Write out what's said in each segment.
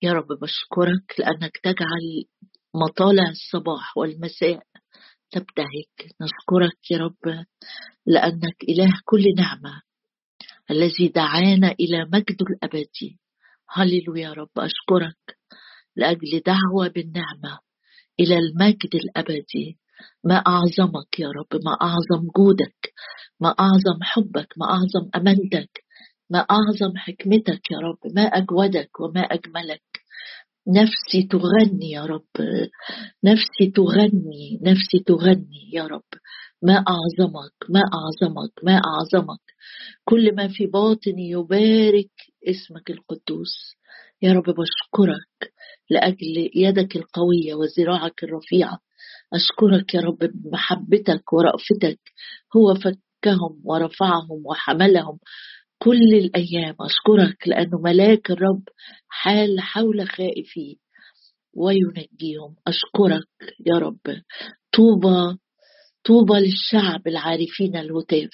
يا رب بشكرك لأنك تجعل مطالع الصباح والمساء تبتهج. نشكرك يا رب لأنك إله كل نعمة، الذي دعانا إلى مجد الأبدي. هللويا يا رب، أشكرك لأجل دعوة بالنعمة إلى المجد الأبدي. ما أعظمك يا رب، ما أعظم جودك، ما أعظم حبك، ما أعظم أمانتك، ما أعظم حكمتك يا رب، ما أجودك وما أجملك. نفسي تغني يا رب، نفسي تغني، نفسي تغني يا رب. ما أعظمك، ما أعظمك، ما أعظمك. كل ما في باطني يبارك اسمك القدوس. يا رب بشكرك لأجل يدك القوية وذراعك الرفيعة. أشكرك يا رب بمحبتك ورأفتك، هو فكهم ورفعهم وحملهم كل الأيام. أشكرك لأنه ملاك الرب حال حول خائفيه وينجيهم. أشكرك يا رب. طوبى، طوبى للشعب العارفين الهتاف.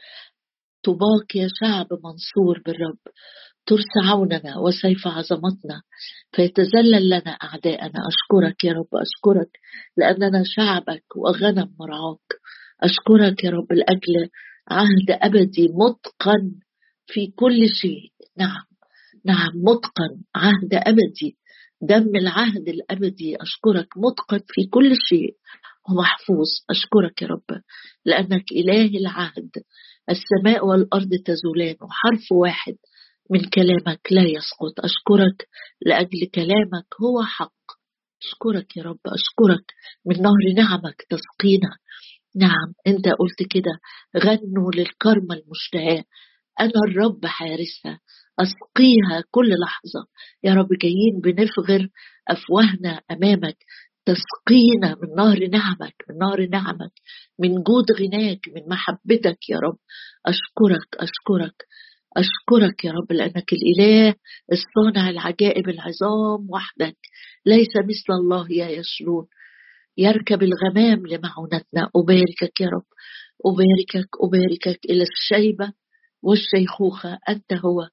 طوباك يا شعب منصور بالرب، ترس عوننا وسيف عظمتنا فيتذلل لنا أعداءنا. أشكرك يا رب، أشكرك لأننا شعبك وغنم مرعاك. أشكرك يا رب لأجل عهد أبدي متقن في كل شيء. نعم، نعم، متقن، عهد أبدي، دم العهد الأبدي. أشكرك متقن في كل شيء ومحفوظ. أشكرك يا رب لأنك إله العهد. السماء والأرض تزولان وحرف واحد من كلامك لا يسقط. أشكرك لأجل كلامك هو حق. أشكرك يا رب، أشكرك من نهر نعمك تسقينا. نعم، أنت قلت كده، غنوا للكرمة المشتهاة، أنا الرب حارسها أسقيها كل لحظة. يا رب جايين بنفغر أفواهنا أمامك، تسقينا من نهر نعمك، من نهر نعمك، من جود غناك، من محبتك يا رب. أشكرك، أشكرك، أشكرك يا رب لأنك الإله الصانع العجائب العظام وحدك. ليس مثل الله يا يشرون، يركب الغمام لمعونتنا. أباركك يا رب، أباركك، أباركك إلى الشيبة والشيخوخة. أنت هو،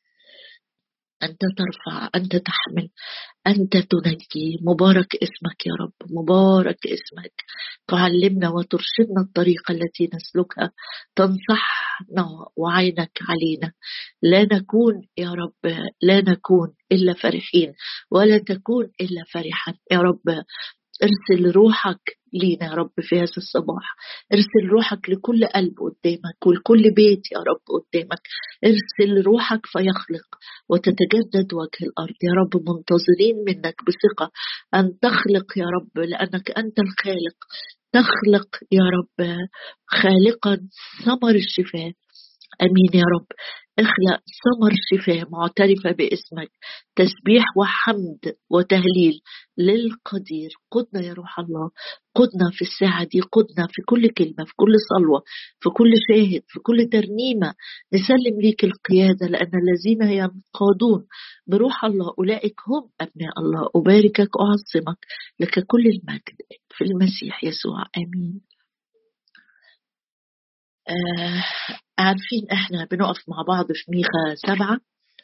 أنت ترفع، أنت تحمل، أنت تنجي. مبارك اسمك يا رب، مبارك اسمك. تعلمنا وترشدنا الطريقة التي نسلكها، تنصحنا وعينك علينا. لا نكون يا رب، لا نكون إلا فرحين، ولا تكون إلا فرحا يا رب. ارسل روحك لينا يا رب في هذا الصباح. ارسل روحك لكل قلب قدامك ولكل بيت يا رب قدامك. ارسل روحك فيخلق وتتجدد وجه الأرض يا رب. منتظرين منك بثقة أن تخلق يا رب، لأنك أنت الخالق. تخلق يا رب خالقا ثمر الشفاء. أمين يا رب. اخلق ثمر شفاء معترفة باسمك، تسبيح وحمد وتهليل للقدير. قدنا يا روح الله، قدنا في الساعة دي، قدنا في كل كلمة، في كل صلوة، في كل شاهد، في كل ترنيمة. نسلم ليك القيادة لأن الذين ينقادون بروح الله أولئك هم أبناء الله. أباركك أعظمك، لك كل المجد في المسيح يسوع. آمين. عارفين احنا بنقف مع بعض في ميخا 7.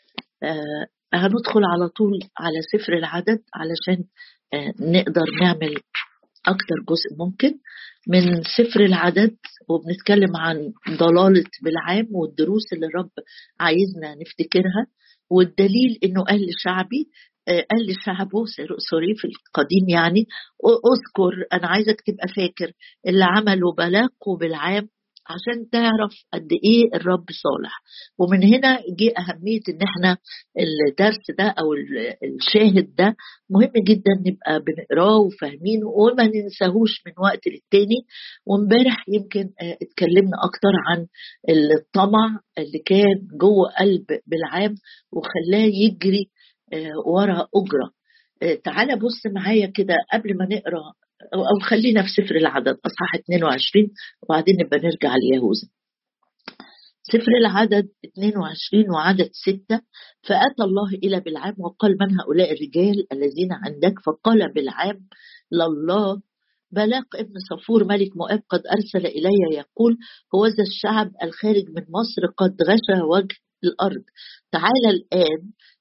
هندخل على طول على سفر العدد علشان نقدر نعمل اكتر جزء ممكن من سفر العدد، وبنتكلم عن ضلالة بالعام والدروس اللي الرب عايزنا نفتكرها. والدليل انه قال لشعبي، قال لشعبه سوري في القديم يعني، اذكر، انا عايزك تبقى فاكر اللي عمله بلاق وبالعام عشان تعرف قد ايه الرب صالح. ومن هنا جه اهميه ان احنا الدرس ده او الشاهد ده مهم جدا نبقى بنقراه وفاهمينه وما ننساهوش من وقت للتاني. وامبارح يمكن اتكلمنا اكتر عن الطمع اللي كان جوه قلب بالعام وخلاه يجري ورا أجرة. تعال بص معايا كده قبل ما نقرأ، أو خلينا في سفر العدد أصحاح 22 وبعدين نبقى نرجع ليهوذا. سفر العدد 22 وعدد 6. فأتى الله إلى بالعام وقال من هؤلاء الرجال الذين عندك؟ فقال بالعام لله بلاق ابن صفور ملك مؤاب قد أرسل إلي يقول هوذا الشعب الخارج من مصر قد غشى وجه الأرض. تعال الآن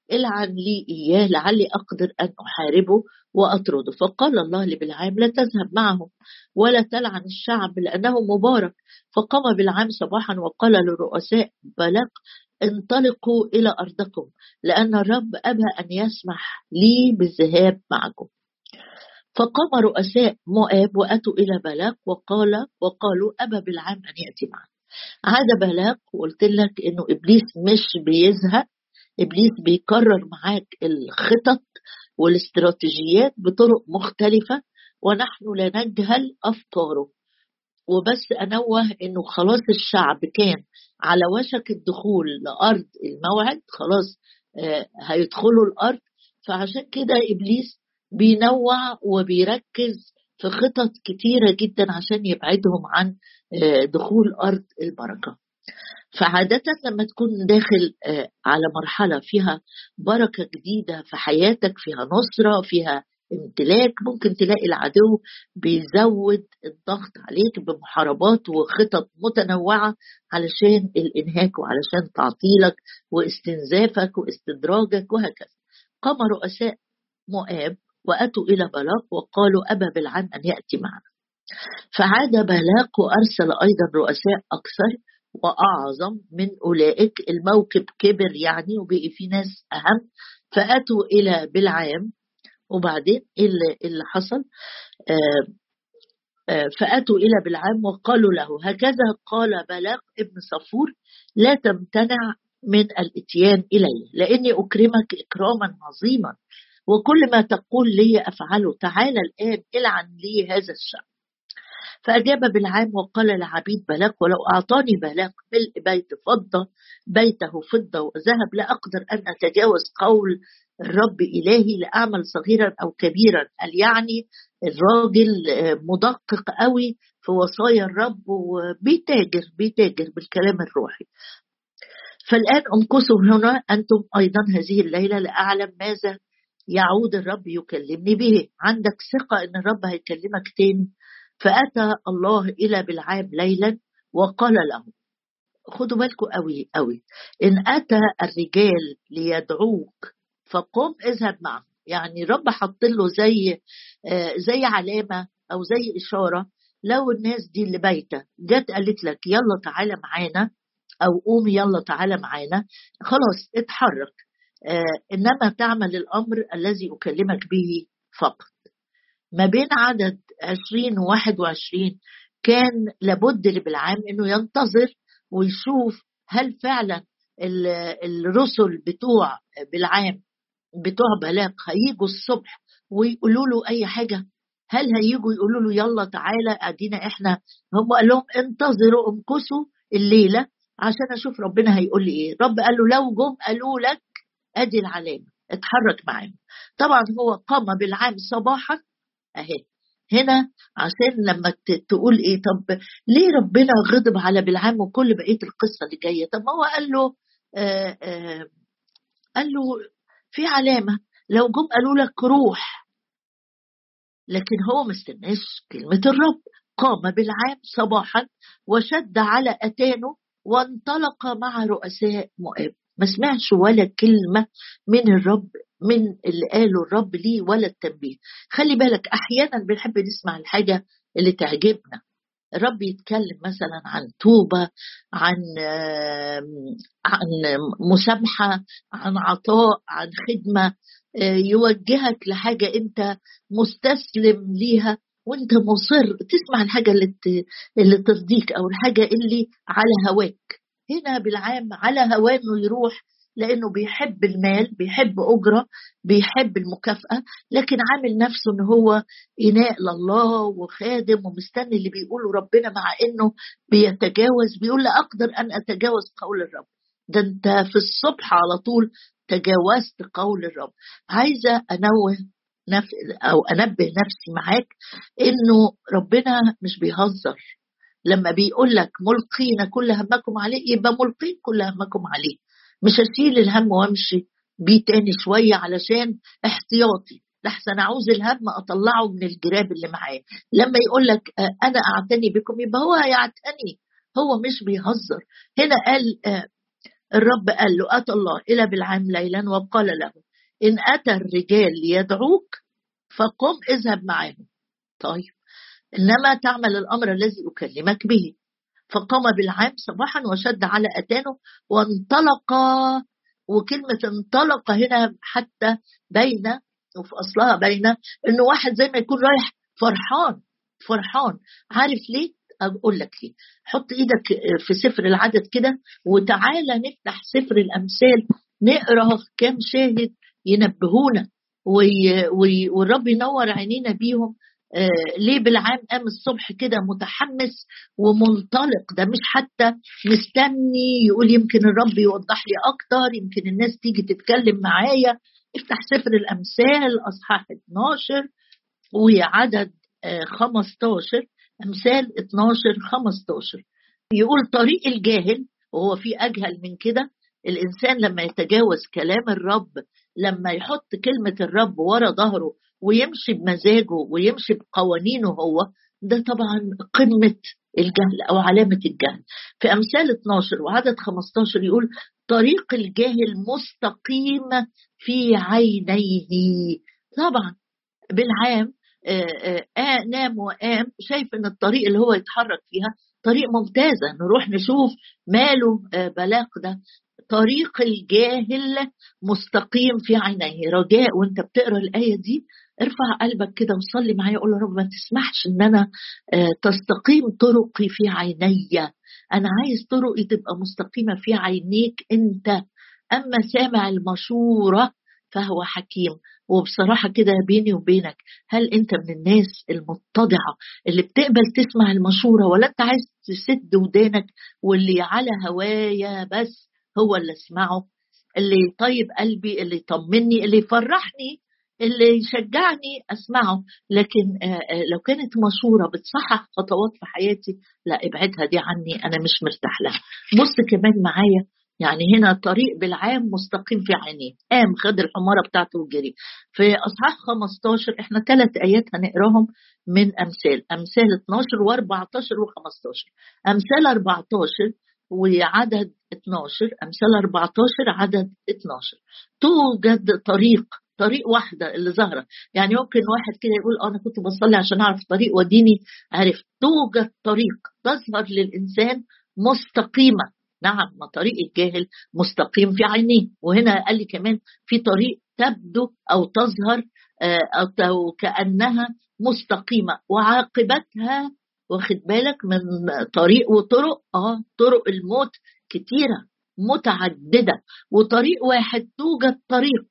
العن لي إياه لعلي أقدر أن أحاربه وأطرده. فقال الله لبلعام لا تذهب معهم ولا تلعن الشعب لأنه مبارك. فقام بلعام صباحا وقال لرؤساء بلق انطلقوا إلى أرضكم لأن الرب أبى أن يسمح لي بالذهاب معكم. فقام رؤساء مؤاب وأتوا إلى بلاق وقالوا أبى بلعام أن يأتي معنا. عاد بلاق، وقلت لك إنه إبليس مش بيزهق، إبليس بيكرر معاك الخطط والاستراتيجيات بطرق مختلفة ونحن لا نجهل أفكاره. وبس أنوه إنه خلاص الشعب كان على وشك الدخول لأرض الموعد، خلاص هيدخلوا الأرض. فعشان كده إبليس بينوع وبيركز في خطط كتيرة جدا عشان يبعدهم عن دخول أرض البركة. فعادة لما تكون داخل على مرحلة فيها بركة جديدة في حياتك، فيها نصرة، فيها امتلاك، ممكن تلاقي العدو بيزود الضغط عليك بمحاربات وخطط متنوعة علشان الإنهاك وعلشان تعطيلك واستنزافك واستدراجك وهكذا. قام رؤساء مؤاب وأتوا إلى بلاق وقالوا أبى بلعام أن يأتي معنا. فعاد بلاق وأرسل أيضا رؤساء أكثر وأعظم من أولئك. الموكب كبر يعني وبقي في ناس أهم. فأتوا إلى بلعام، وبعدين اللي حصل فأتوا إلى بلعام وقالوا له هكذا قال بلاق ابن صفور لا تمتنع من الاتيان إلي لأني أكرمك إكراما عظيما وكل ما تقول لي أفعله. تعال الآن العن لي هذا الشعب. فأجاب بلعام وقال لعبيد بلاق ولو أعطاني بلاق ملء بيته فضة وذهب لا أقدر أن أتجاوز قول الرب إلهي لأعمل صغيرا أو كبيرا. قال يعني الراجل مدقق قوي في وصايا الرب وبيتاجر بالكلام الروحي. فالآن امكثوا هنا أنتم أيضا هذه الليلة لأعلم ماذا يعود الرب يكلمني به. عندك ثقة أن الرب هيكلمك تاني. فأتى الله إلى بلعام ليلا وقال له، خدوا بالكم قوي قوي، إن أتى الرجال ليدعوك فقم اذهب معهم. يعني الرب حط له زي علامة أو زي إشارة. لو الناس دي اللي بايته جت قالت لك يلا تعالى معانا أو قومي يلا تعالى معانا، خلاص اتحرك. إنما تعمل الأمر الذي أكلمك به فقط. ما بين عدد 20 و 21 كان لابد لبلعام انه ينتظر ويشوف هل فعلا الرسل بتوع بلعام بتوع بلاق هيجوا الصبح ويقولوا له اي حاجة. هل هيجوا يقولوا له يلا تعالى ادينا احنا؟ هم قال لهم انتظروا امكثوا الليلة عشان اشوف ربنا هيقول لي ايه. رب قال له لو جم قالوا لك ادي العلامة اتحرك معاهم. طبعا هو قام بلعام صباحا اهي هنا عشان لما تقول ايه طب ليه ربنا غضب على بلعام وكل بقيه القصه اللي جايه. طب ما هو قال له في علامه لو جم قالوا لك روح، لكن هو ما استناش كلمه الرب. قام بلعام صباحا وشد على اتانه وانطلق مع رؤساء مؤاب. ما سمعش ولا كلمة من الرب، من اللي قاله الرب ليه ولا التنبيه. خلي بالك أحيانا بنحب نسمع الحاجة اللي تعجبنا. الرب يتكلم مثلا عن توبة، عن مسامحة، عن عطاء، عن خدمة، يوجهك لحاجة أنت مستسلم ليها وانت مصر تسمع الحاجة اللي ترضيك أو الحاجة اللي على هواك. هنا بالعام على هواه انه يروح لأنه بيحب المال، بيحب أجرة، بيحب المكافأة، لكن عامل نفسه إنه هو إناء لله وخادم ومستني اللي بيقوله ربنا، مع إنه بيتجاوز. بيقول لا أقدر أن أتجاوز قول الرب. ده أنت في الصبح على طول تجاوزت قول الرب. عايزة أنبه نفسي معاك إنه ربنا مش بيهزر. لما بيقول لك ملقين كل همكم عليه يبقى ملقين كل همكم عليه. مش هشيل الهم وامشي بيه تاني شوية علشان احتياطي لحسن اعوز الهم اطلعه من الجراب اللي معاه. لما يقول لك انا اعتني بكم يبقى هو هيعتني، هو مش بيهزر. هنا قال الرب قال له أتى الله إلى بالعام ليلا وقال له إن أتى الرجال ليدعوك فقم اذهب معهم. طيب إنما تعمل الأمر الذي أكلمك به. فقام بالعام صباحا وشد على أتانه وانطلق. وكلمة انطلق هنا حتى بين، وفي أصلها بين، إنه واحد زي ما يكون رايح فرحان فرحان. عارف ليه؟ أقول لك ليه. حط إيدك في سفر العدد كده وتعالى نفتح سفر الأمثال نقرأ كام شاهد ينبهونا والرب ينور عينينا بيهم. ليه بالعام قام الصبح كده متحمس ومنطلق؟ ده مش حتى مستني يقول يمكن الرب يوضح لي أكتر، يمكن الناس تيجي تتكلم معايا. افتح سفر الأمثال أصحاح 12 وعدد 15. أمثال 12-15 يقول طريق الجاهل، وهو في أجهل من كده. الإنسان لما يتجاوز كلام الرب، لما يحط كلمة الرب ورا ظهره ويمشي بمزاجه ويمشي بقوانينه هو، ده طبعا قمة الجهل أو علامة الجهل. في أمثال 12 وعدد 15 يقول طريق الجاهل مستقيم في عينيه. طبعا بالعام نام وقام شايف ان الطريق اللي هو يتحرك فيها طريق ممتازة، نروح نشوف ماله بلاق ده. طريق الجاهل مستقيم في عينيه. رجاء وانت بتقرأ الآية دي ارفع قلبك كده وصلي معايا، قول يا رب ما تسمحش ان انا تستقيم طرقي في عيني. انا عايز طرقي تبقى مستقيمة في عينيك انت. اما سامع المشورة فهو حكيم. وبصراحة كده بيني وبينك، هل انت من الناس المتضعة اللي بتقبل تسمع المشورة، ولا انت عايز تسد ودانك واللي على هوايا بس هو اللي اسمعه، اللي يطيب قلبي، اللي يطمني، اللي يفرحني، اللي يشجعني اسمعه؟ لكن لو كانت مشورة بتصحح خطوات في حياتي، لا ابعدها دي عني، انا مش مرتاح لها. بص كمان معايا، يعني هنا طريق بالعام مستقيم في عينيه. قام خد الحمارة بتاعته وجري. في أصحاح 15 احنا 3 آيات هنقراهم من أمثال 12 و14 و15. أمثال 14 وعدد 12. أمثال 14 عدد 12. توجد طريق واحدة اللي ظهرت. يعني ممكن واحد كده يقول أنا كنت بصلي عشان أعرف طريق وديني عرفت. توجد طريق تظهر للإنسان مستقيمة. نعم، ما طريق الجاهل مستقيم في عينيه. وهنا قال لي كمان في طريق تبدو أو تظهر أو كأنها مستقيمة وعاقبتها، واخد بالك من طريق وطرق. طرق الموت كتيرة متعددة، وطريق واحد توجد طريق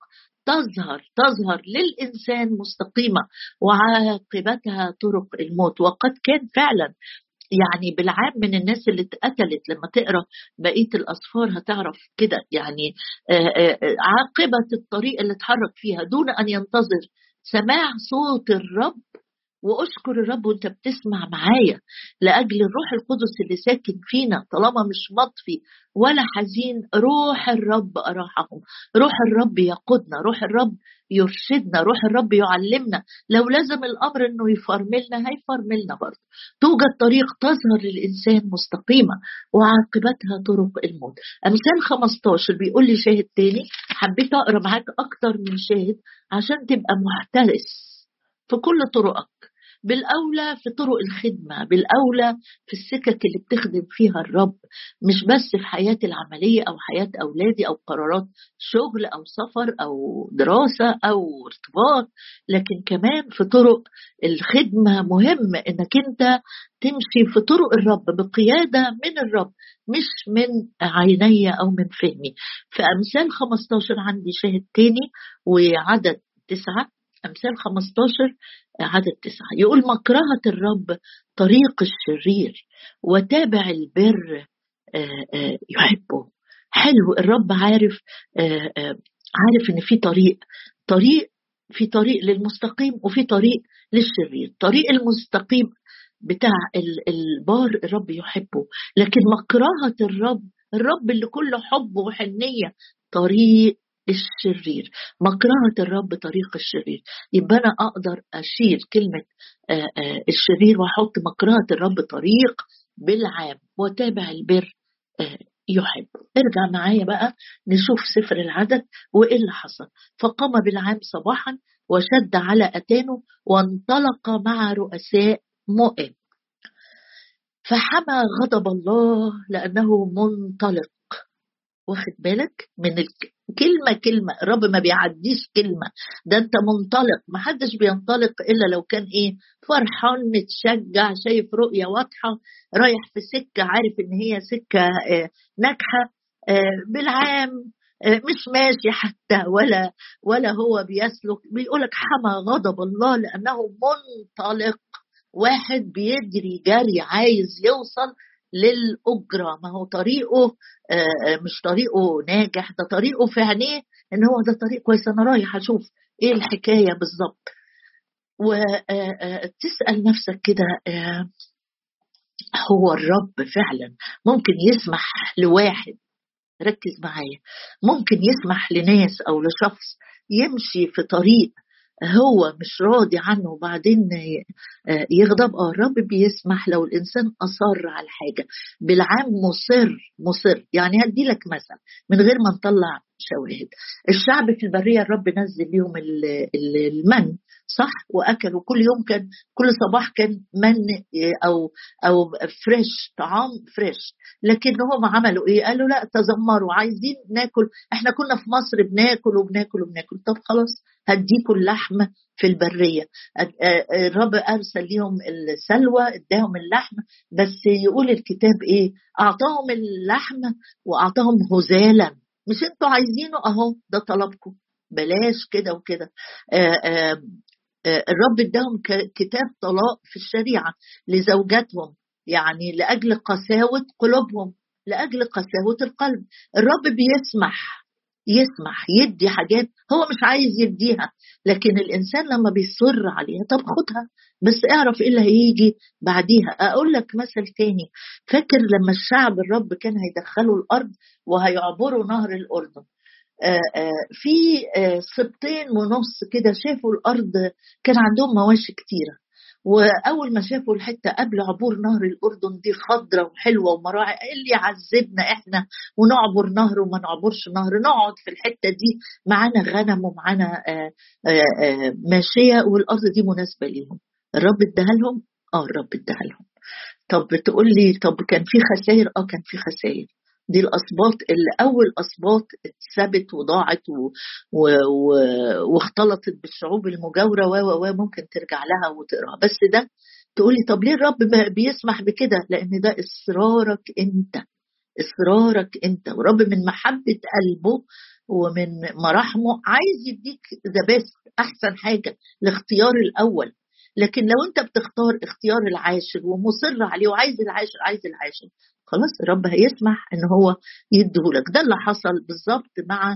تظهر للإنسان مستقيمة وعاقبتها طرق الموت. وقد كان فعلا يعني بالعام من الناس اللي اتقتلت. لما تقرأ بقية الأسفار هتعرف كده. يعني عاقبة الطريق اللي اتحرك فيها دون أن ينتظر سماع صوت الرب. وأشكر الرب وانت بتسمع معايا لأجل الروح القدس اللي ساكن فينا، طالما مش مطفي ولا حزين. روح الرب أراحهم، روح الرب يقودنا، روح الرب يرشدنا، روح الرب يعلمنا. لو لازم الأمر أنه يفرملنا هيفرملنا برضه. توجد طريق تظهر للإنسان مستقيمة وعاقبتها طرق الموت. أمثال 15 بيقول لي شاهد تاني، حبيت أقرأ معاك أكتر من شاهد عشان تبقى محترس في كل طرقك. بالأولى في طرق الخدمة، بالأولى في السكك اللي بتخدم فيها الرب، مش بس في حياتي العملية أو حياة أولادي أو قرارات شغل أو سفر أو دراسة أو ارتباط، لكن كمان في طرق الخدمة. مهم إنك أنت تمشي في طرق الرب بقيادة من الرب، مش من عيني أو من فهمي. في أمثال 15 عندي شاهد تاني وعدد 9. أمثال 15 عدد 9 يقول مكرهة الرب طريق الشرير وتابع البر يحبه. حلو، الرب عارف إن في في طريق للمستقيم وفي طريق للشرير. طريق المستقيم بتاع البار الرب يحبه، لكن مكرهة الرب اللي كله حب وحنية طريق الشرير. مكرهة الرب طريق الشرير. يبقى أنا أقدر أشيل كلمة الشرير وأحط مكرهة الرب طريق بالعام وتابع البر يحب. ارجع معايا بقى نشوف سفر العدد وإيه اللي حصل. فقام بالعام صباحا وشد على أتانه وانطلق مع رؤساء مؤاب، فحمى غضب الله لأنه منطلق. واخد بالك من كلمة كلمة، الرب ما بيعديش كلمة. ده انت منطلق، ما حدش بينطلق إلا لو كان ايه، فرحان متشجع شايف رؤية واضحة، رايح في سكة عارف ان هي سكة ناجحة. بالعام مش ماشي حتى ولا هو بيسلك. بيقولك حمى غضب الله لأنه منطلق. واحد بيجري جري عايز يوصل للأجرة، ما هو طريقه مش طريقه ناجح، ده طريقه في عينيه ان هو ده طريق كويس، انا رايح اشوف ايه الحكاية بالظبط. وتسأل نفسك كده، هو الرب فعلا ممكن يسمح لواحد، ركز معايا، ممكن يسمح لناس او لشخص يمشي في طريق هو مش راضي عنه وبعدين يغضب؟ الرب بيسمح لو الإنسان أصر على الحاجة. بالعام مصر. يعني هدي لك مثل من غير ما نطلع شواهد. الشعب في البرية الرب نزل لهم المن، صح، وأكلوا كل يوم، كان كل صباح كان من أو فريش، طعام فريش. لكن هم عملوا إيه؟ قالوا لا، تذمروا، عايزين ناكل، احنا كنا في مصر بناكل وبناكل وبناكل. طب خلاص هديكوا اللحم في البرية. الرب أرسل لهم السلوى، اداهم اللحم، بس يقول الكتاب إيه؟ أعطاهم اللحم وأعطاهم هزالا. مش انتوا عايزينه؟ أهو ده طلبكم، بلاش كده وكده. الرب اداهم كتاب طلاق في الشريعة لزوجاتهم، يعني لأجل قساوة قلوبهم، لأجل قساوة القلب. الرب يسمح يدي حاجات هو مش عايز يديها، لكن الإنسان لما بيصر عليها طب خدها، بس اعرف ايه اللي هيجي بعديها. اقول لك مثل تاني. فاكر لما الشعب الرب كان هيدخلوا الأرض وهيعبروا نهر الأردن، في سبتين ونص كده شافوا الأرض كان عندهم مواشي كتيرة، وأول ما شافوا الحتة قبل عبور نهر الأردن دي خضرة وحلوة ومراعي، اللي يعذبنا إحنا ونعبر نهر وما نعبرش نهر، نقعد في الحتة دي معانا غنم ومعانا ماشية والأرض دي مناسبة ليهم. الرب اداها لهم، الرب اداها لهم. طب بتقول لي طب كان في خسائر؟ كان في خسائر. دي الأسباط اللي أول أسباط اتثبت وضاعت واختلطت بالشعوب المجاورة ممكن ترجع لها وتقراها. بس ده تقولي طب ليه الرب بيسمح بكده؟ لأن ده إصرارك أنت، ورب من محبة قلبه ومن مراحمه عايز يديك ذا بيست، أحسن حاجة، الاختيار الأول. لكن لو أنت بتختار اختيار العاشر ومصر عليه وعايز العاشر خلاص الرب هيسمح ان هو يديهولك. ده اللي حصل بالظبط مع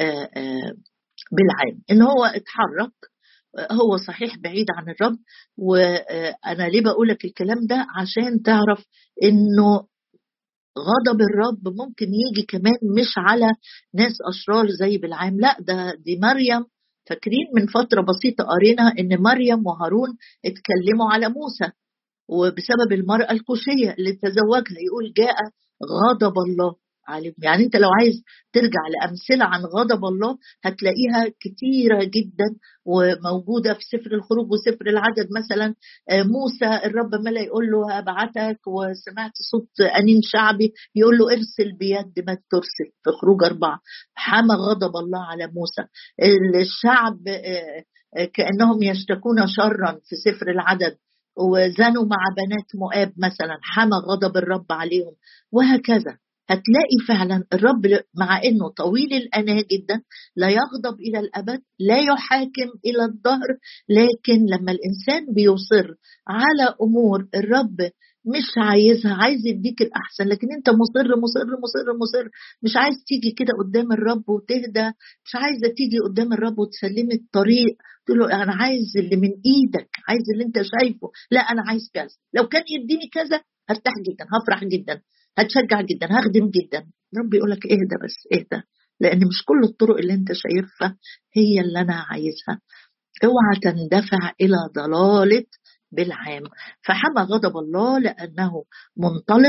بالعام، ان هو اتحرك. هو صحيح بعيد عن الرب، وانا ليه بقولك الكلام ده؟ عشان تعرف انه غضب الرب ممكن يجي كمان مش على ناس اشرار زي بالعام، لا، دي مريم. فاكرين من فترة بسيطة قرينا ان مريم وهارون اتكلموا على موسى، وبسبب المرأة الكوشية اللي تزوجها يقول جاء غضب الله عليهم. يعني انت لو عايز ترجع لأمثلة عن غضب الله هتلاقيها كتيرة جدا وموجودة في سفر الخروج وسفر العدد. مثلا موسى الرب ملا يقول له هبعتك، وسمعت صوت أنين شعبي يقول له ارسل بيد ما ترسل، في خروج 4. حمى غضب الله على موسى. الشعب كأنهم يشتكون شرا في سفر العدد، وزنوا مع بنات مؤاب مثلا، حمى غضب الرب عليهم، وهكذا. هتلاقي فعلا الرب مع انه طويل الأناة جدا لا يغضب الى الابد، لا يحاكم الى الدهر، لكن لما الانسان بيصر على امور الرب مش عايزها، عايز يديك الاحسن، لكن انت مصر مصر مصر مصر، مش عايز تيجي كده قدام الرب وتهدى، مش عايزه تيجي قدام الرب وتسلمي الطريق تقول له انا عايز اللي من ايدك، عايز اللي انت شايفه، لا انا عايز كذا، لو كان يديني كذا هرتاح جدا، هفرح جدا، هتشجع جدا، هخدم جدا. رب يقول لك اهدى، بس اهدى، لان مش كل الطرق اللي انت شايفها هي اللي انا عايزها. اوعى تندفع الى ضلالة بالعام. فحمى غضب الله لانه منطلق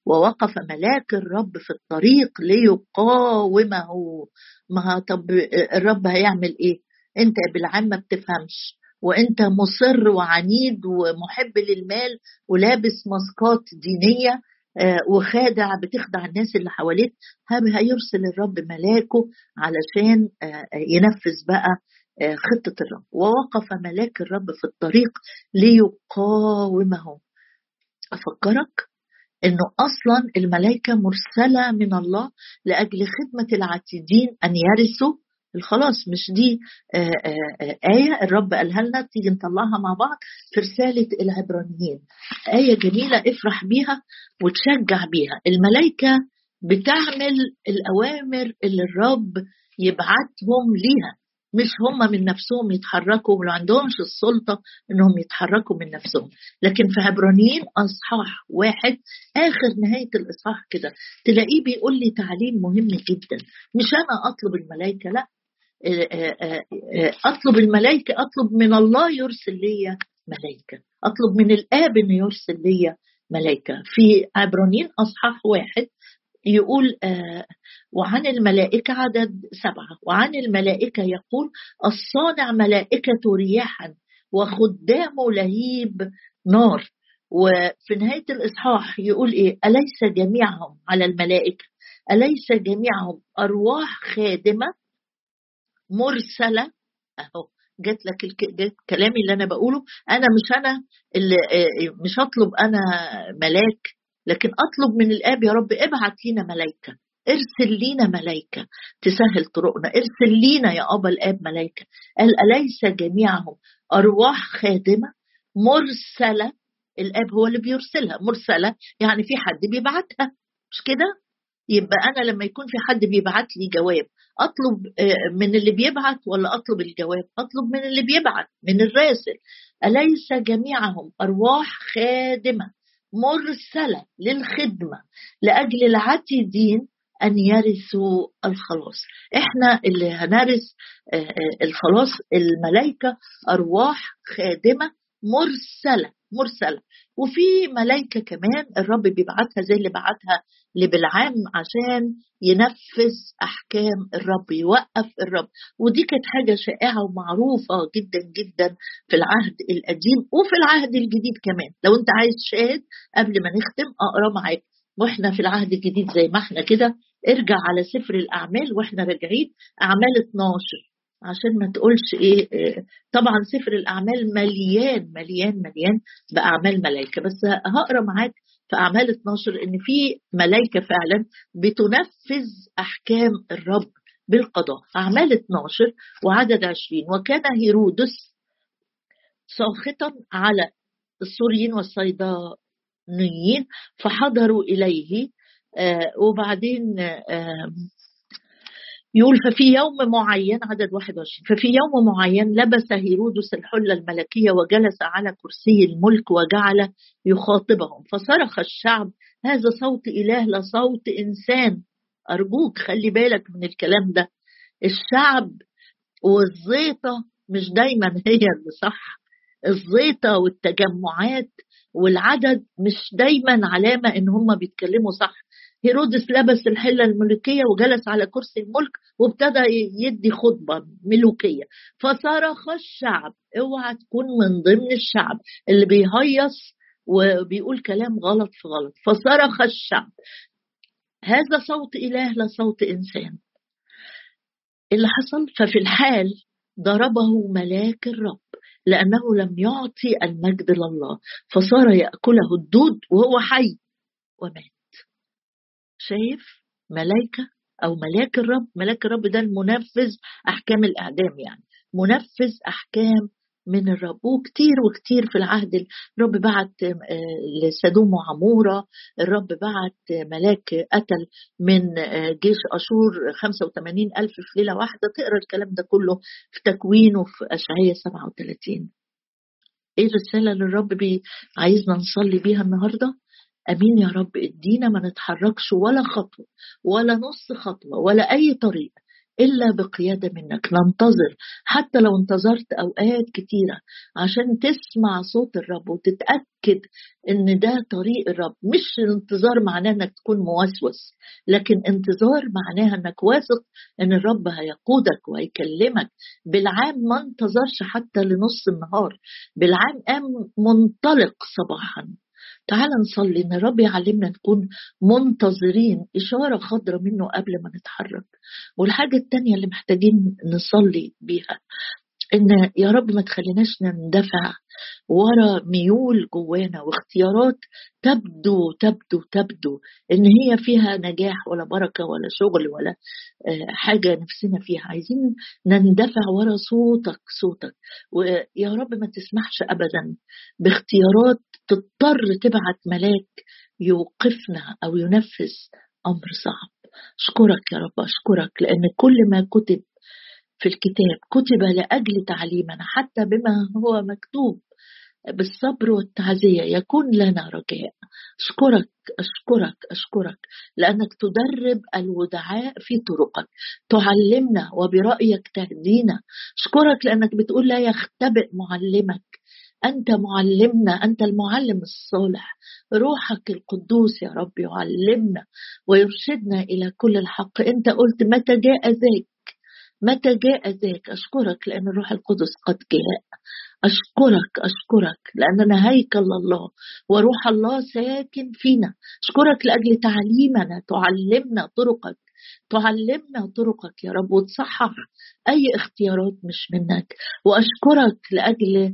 ووقف ملاك الرب في الطريق ليقاومه. ما طب الرب هيعمل ايه؟ انت بالعام ما بتفهمش، وانت مصر وعنيد ومحب للمال ولابس ماسكات دينية وخادع، بتخدع الناس اللي حواليك. هيرسل الرب ملاكه علشان ينفذ بقى خطة الرب. ووقف ملاك الرب في الطريق ليقاومه. أفكرك إنه أصلا الملائكة مرسلة من الله لأجل خدمة العاتدين أن يرثوا الخلاص. مش دي آية الرب قالها لنا؟ تيجي نطلعها مع بعض في رسالة العبرانيين. آية جميلة افرح بيها وتشجع بيها. الملائكة بتعمل الأوامر اللي الرب يبعتهم ليها، مش هم من نفسهم يتحركوا، ولو عندهمش السلطة انهم يتحركوا من نفسهم. لكن في عبرانيين اصحاح 1 اخر نهاية الاصحاح كده تلاقيه بيقول لي تعليم مهم جدا. مش انا اطلب الملائكة، لا، اطلب الملائكة، اطلب من الله يرسل لي ملائكة، اطلب من الاب انه يرسل لي ملائكة. في عبرانيين اصحاح 1 يقول وعن الملائكة عدد 7، وعن الملائكة يقول الصانع ملائكة رياحا وخدام لهيب نار. وفي نهاية الإصحاح يقول إيه؟ أليس جميعهم على الملائكة، أليس جميعهم أرواح خادمة مرسلة. أهو جات لك جات كلامي اللي أنا بقوله. أنا اللي مش أطلب أنا ملاك، لكن أطلب من الآب يا رب ابعت لينا ملايكة، ارسل لينا ملايكة تسهل طرقنا، ارسل لينا يا أبا الآب ملايكة. قال أليس جميعهم أرواح خادمة مرسلة. الآب هو اللي بيرسلها، مرسلة يعني في حد بيبعتها، مش كده؟ يبقى أنا لما يكون في حد بيبعت لي جواب أطلب من اللي بيبعت ولا أطلب الجواب؟ أطلب من اللي بيبعت، من الراسل. أليس جميعهم أرواح خادمة مرسلة للخدمة لأجل العاتدين أن يرثوا الخلاص. إحنا اللي هنرث الخلاص. الملائكة أرواح خادمة مرسلة. وفي ملائكة كمان الرب بيبعتها زي اللي بعتها لبلعام عشان ينفذ أحكام الرب، يوقف الرب. ودي كانت حاجة شائعة ومعروفة جدا جدا في العهد القديم وفي العهد الجديد كمان. لو انت عايز شاهد قبل ما نختم أقرأ معاك واحنا في العهد الجديد زي ما احنا كده، ارجع على سفر الأعمال واحنا راجعين، أعمال 12، عشان ما تقولش ايه. طبعا سفر الأعمال مليان مليان مليان بأعمال ملائكة، بس هقرأ معاك في أعمال 12 إن في ملائكة فعلا بتنفذ أحكام الرب بالقضاء. أعمال 12 وعدد 20، وكان هيرودس ساخطا على السوريين والصيدانيين فحضروا إليه. وبعدين يقول ففي يوم معين، عدد 21، ففي يوم معين لبس هيرودس الحلة الملكية وجلس على كرسي الملك وجعل يخاطبهم، فصرخ الشعب هذا صوت إله لا صوت إنسان. أرجوك خلي بالك من الكلام ده. الشعب والزيطة مش دايما هي اللي صح. الزيطة والتجمعات والعدد مش دايما علامة إن هم بيتكلموا صح. هيرودس لبس الحلة الملكية وجلس على كرسي الملك وابتدى يدي خطبة ملوكية، فصرخ الشعب. اوعى تكون من ضمن الشعب اللي بيهيص وبيقول كلام غلط في غلط. فصرخ الشعب هذا صوت إله لا صوت إنسان. اللي حصل ففي الحال ضربه ملاك الرب لأنه لم يعطي المجد لله، فصار يأكله الدود وهو حي ومات. شايف ملائكة أو ملاك الرب؟ ملاك الرب ده المنفذ أحكام الإعدام، يعني منفذ أحكام من الرب. وكتير وكتير في العهد الرب بعت لسدوم وعمورة، الرب بعت ملاك قتل من جيش أشور 85,000 في ليلة واحدة. تقرأ الكلام ده كله في تكوين وفي أشعياء 37. إيه الرسالة اللي الرب عايزنا نصلي بيها النهاردة؟ أمين يا رب، ادينا ما نتحركش ولا خطوة ولا نص خطوة ولا أي طريق إلا بقيادة منك. ننتظر حتى لو انتظرت أوقات كتيرة عشان تسمع صوت الرب وتتأكد إن ده طريق الرب. مش الانتظار معناه إنك تكون موسوس، لكن انتظار معناها إنك واثق إن الرب هيقودك وهيكلمك. بالعام ما انتظرش حتى لنص النهار، بالعام قام منطلق صباحا. تعال نصلي ان الرب يعلمنا نكون منتظرين إشارة خضرة منه قبل ما نتحرك. والحاجة التانية اللي محتاجين نصلي بيها إن يا رب ما تخليناش نندفع ورا ميول جوانا واختيارات تبدو إن هي فيها نجاح ولا بركة ولا شغل ولا حاجة نفسنا فيها. عايزين نندفع ورا صوتك. ويا رب ما تسمحش أبدا باختيارات تضطر تبعت ملاك يوقفنا أو ينفذ أمر صعب. أشكرك يا رب، أشكرك لأن كل ما كتب في الكتاب كتب لأجل تعليمنا، حتى بما هو مكتوب بالصبر والتعزية يكون لنا رجاء. أشكرك أشكرك أشكرك لأنك تدرب الودعاء في طرقك، تعلمنا وبرأيك تهدينا. أشكرك لأنك بتقول لا يختبئ معلمك، أنت معلمنا، أنت المعلم الصالح. روحك القدوس يا رب يعلمنا ويرشدنا إلى كل الحق. أنت قلت متى جاء ذاك، متى جاء ذاك. أشكرك لأن الروح القدس قد جاء. أشكرك لأننا هيكل الله وروح الله ساكن فينا. أشكرك لأجل تعليمنا، تعلمنا طرقك يا رب وتصحح أي اختيارات مش منك. وأشكرك لأجل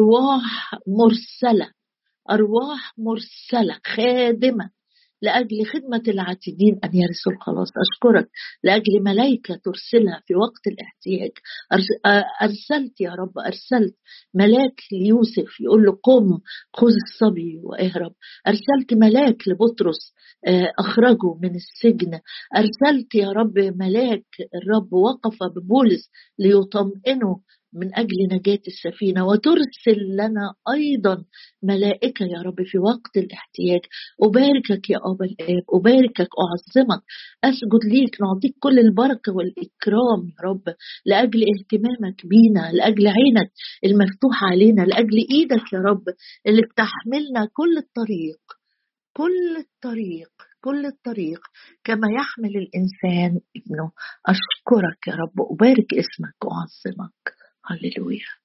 أرواح مرسلة خادمة لأجل خدمة العاتدين أن يرثوا الخلاص. أشكرك لأجل ملائكة ترسلها في وقت الاحتياج. أرسلت يا رب، أرسلت ملاك ليوسف يقول له قم خذ الصبي واهرب. أرسلت ملاك لبطرس أخرجه من السجن. أرسلت يا رب ملاك، الرب وقف ببولس ليطمئنه من أجل نجاة السفينة. وترسل لنا أيضا ملائكة يا رب في وقت الاحتياج. أباركك يا أبا الآب، أباركك، أعظمك، أسجد ليك، نعطيك كل البركة والإكرام يا رب لأجل اهتمامك بينا، لأجل عينك المفتوحة علينا، لأجل إيدك يا رب اللي بتحملنا كل الطريق كما يحمل الإنسان ابنه. أشكرك يا رب، أبارك اسمك وأعظمك. هللويا.